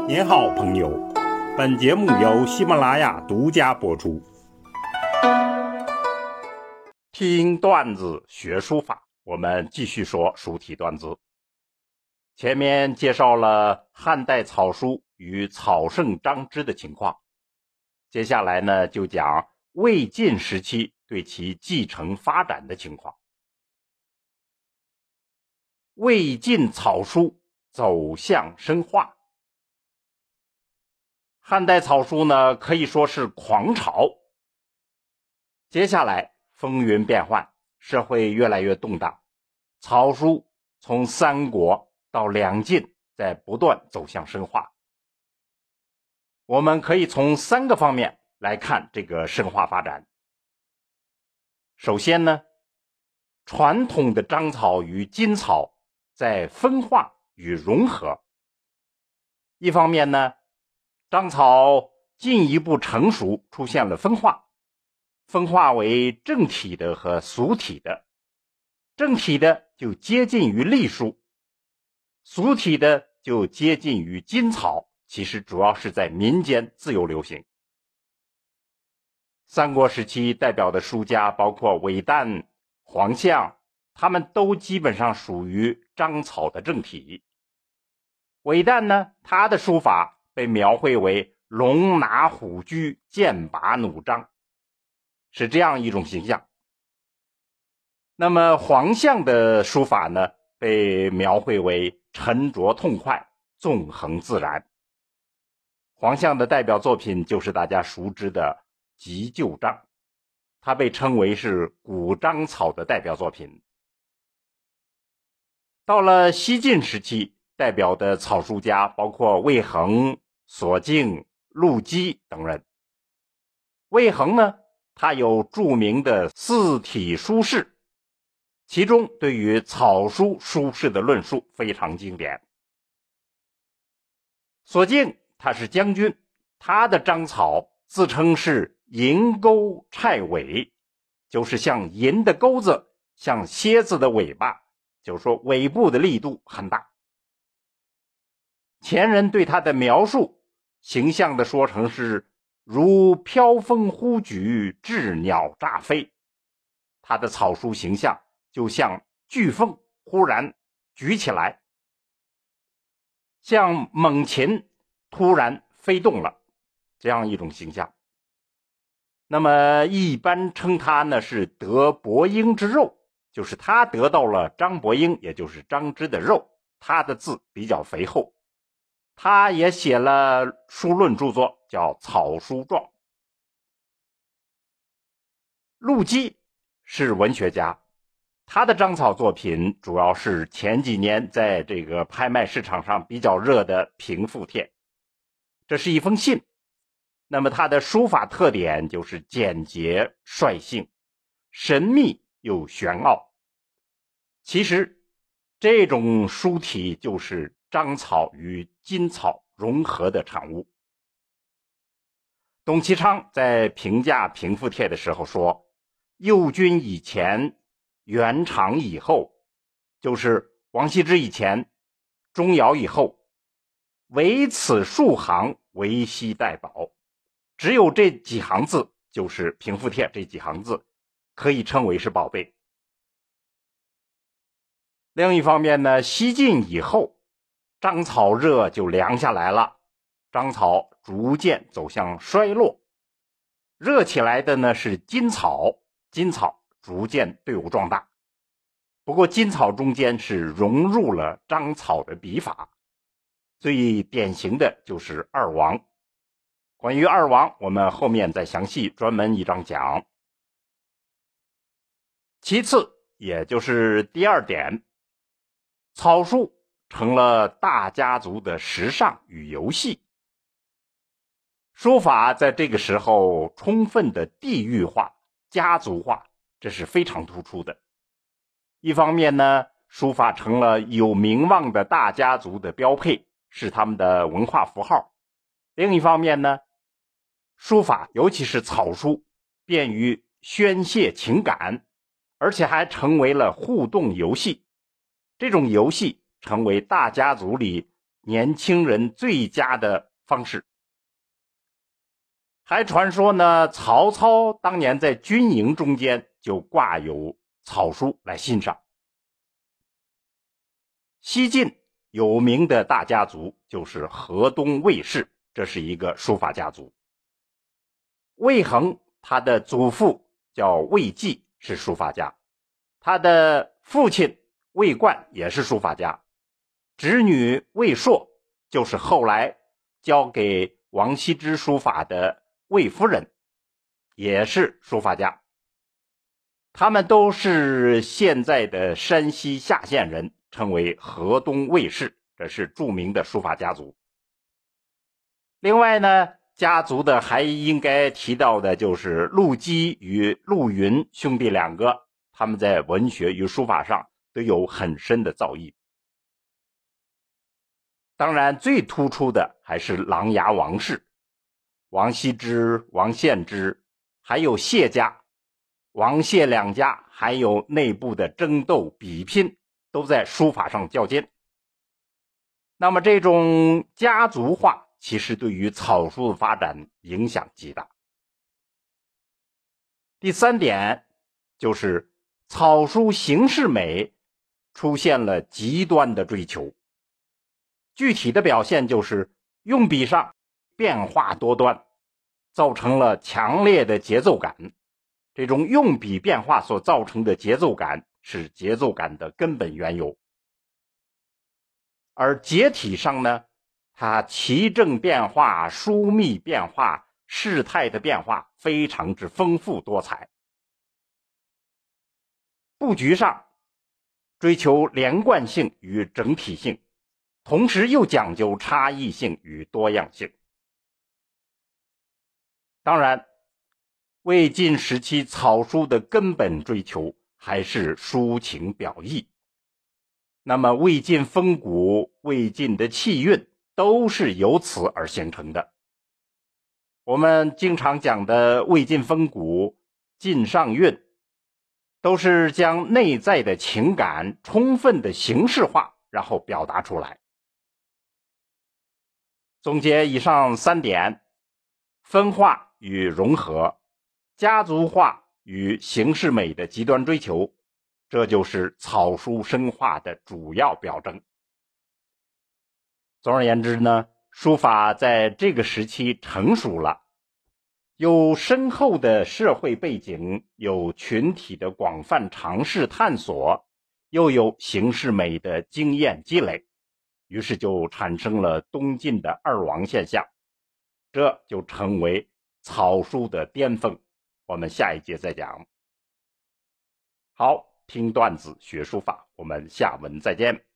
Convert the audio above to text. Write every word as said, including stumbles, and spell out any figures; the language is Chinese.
您好，朋友。本节目由喜马拉雅独家播出。听段子学书法，我们继续说书体段子。前面介绍了汉代草书与草圣张芝的情况，接下来呢就讲魏晋时期对其继承发展的情况。魏晋草书走向深化。汉代草书呢可以说是狂潮，接下来风云变幻，社会越来越动荡，草书从三国到两晋在不断走向深化。我们可以从三个方面来看这个深化发展。首先呢，传统的章草与今草在分化与融合。一方面呢，章草进一步成熟，出现了分化，分化为正体的和俗体的。正体的就接近于隶书，俗体的就接近于今草，其实主要是在民间自由流行。三国时期代表的书家包括韦诞、黄象，他们都基本上属于章草的正体。韦诞呢，他的书法被描绘为龙拿虎踞，剑拔弩张，是这样一种形象。那么黄象的书法呢，被描绘为沉着痛快，纵横自然。黄象的代表作品就是大家熟知的急救章，它被称为是古章草的代表作品。到了西晋时期，代表的草书家包括魏衡、索敬、陆机等人。魏衡呢，他有著名的四体书释，其中对于草书书释的论述非常经典。索敬他是将军，他的章草自称是银钩钗尾，就是像银的钩子，像蝎子的尾巴，就是说尾部的力度很大。前人对他的描述形象的说成是如飘风忽举，鸷鸟乍飞。他的草书形象就像飓风忽然举起来，像猛禽突然飞动了，这样一种形象。那么一般称他呢是得伯英之肉，就是他得到了张伯英，也就是张芝的肉，他的字比较肥厚。他也写了书论著作，叫《草书状》。陆机是文学家，他的章草作品主要是前几年在这个拍卖市场上比较热的平复帖。这是一封信，那么他的书法特点就是简洁率性，神秘又玄奥。其实这种书体就是章草与今草融合的产物。董其昌在评价平复帖的时候说，右军以前，元长以后，就是王羲之以前，钟繇以后，唯此数行为稀代宝。只有这几行字，就是平复帖这几行字，可以称为是宝贝。另一方面呢，西晋以后，章草热就凉下来了，章草逐渐走向衰落。热起来的呢是今草，今草逐渐队伍壮大。不过今草中间是融入了章草的笔法，最典型的就是二王。关于二王，我们后面再详细专门一章讲。其次，也就是第二点，草书成了大家族的时尚与游戏。书法在这个时候充分的地域化、家族化，这是非常突出的。一方面呢，书法成了有名望的大家族的标配，是他们的文化符号。另一方面呢，书法尤其是草书便于宣泄情感，而且还成为了互动游戏。这种游戏成为大家族里年轻人最佳的方式。还传说呢，曹操当年在军营中间就挂有草书来欣赏。西晋有名的大家族就是河东魏氏，这是一个书法家族。魏恒他的祖父叫魏济，是书法家，他的父亲魏冠也是书法家，侄女魏硕就是后来交给王羲之书法的魏夫人，也是书法家。他们都是现在的山西夏县人，称为河东魏氏，这是著名的书法家族。另外呢，家族的还应该提到的就是陆机与陆云兄弟两个，他们在文学与书法上都有很深的造诣。当然最突出的还是琅琊王氏，王羲之、王献之还有谢家，王谢两家还有内部的争斗比拼，都在书法上较劲。那么这种家族化其实对于草书的发展影响极大。第三点就是草书形式美出现了极端的追求，具体的表现就是用笔上变化多端，造成了强烈的节奏感。这种用笔变化所造成的节奏感是节奏感的根本缘由。而结体上呢，它奇正变化、疏密变化、事态的变化非常之丰富多彩。布局上追求连贯性与整体性，同时又讲究差异性与多样性。当然，魏晋时期草书的根本追求还是抒情表意。那么魏晋风骨、魏晋的气韵都是由此而形成的。我们经常讲的魏晋风骨、晋上韵，都是将内在的情感充分的形式化，然后表达出来。总结以上三点，分化与融合，家族化与形式美的极端追求，这就是草书深化的主要表征。总而言之呢，书法在这个时期成熟了，有深厚的社会背景，有群体的广泛尝试探索，又有形式美的经验积累，于是就产生了东晋的二王现象，这就成为草书的巅峰。我们下一节再讲。好，听段子学书法，我们下文再见。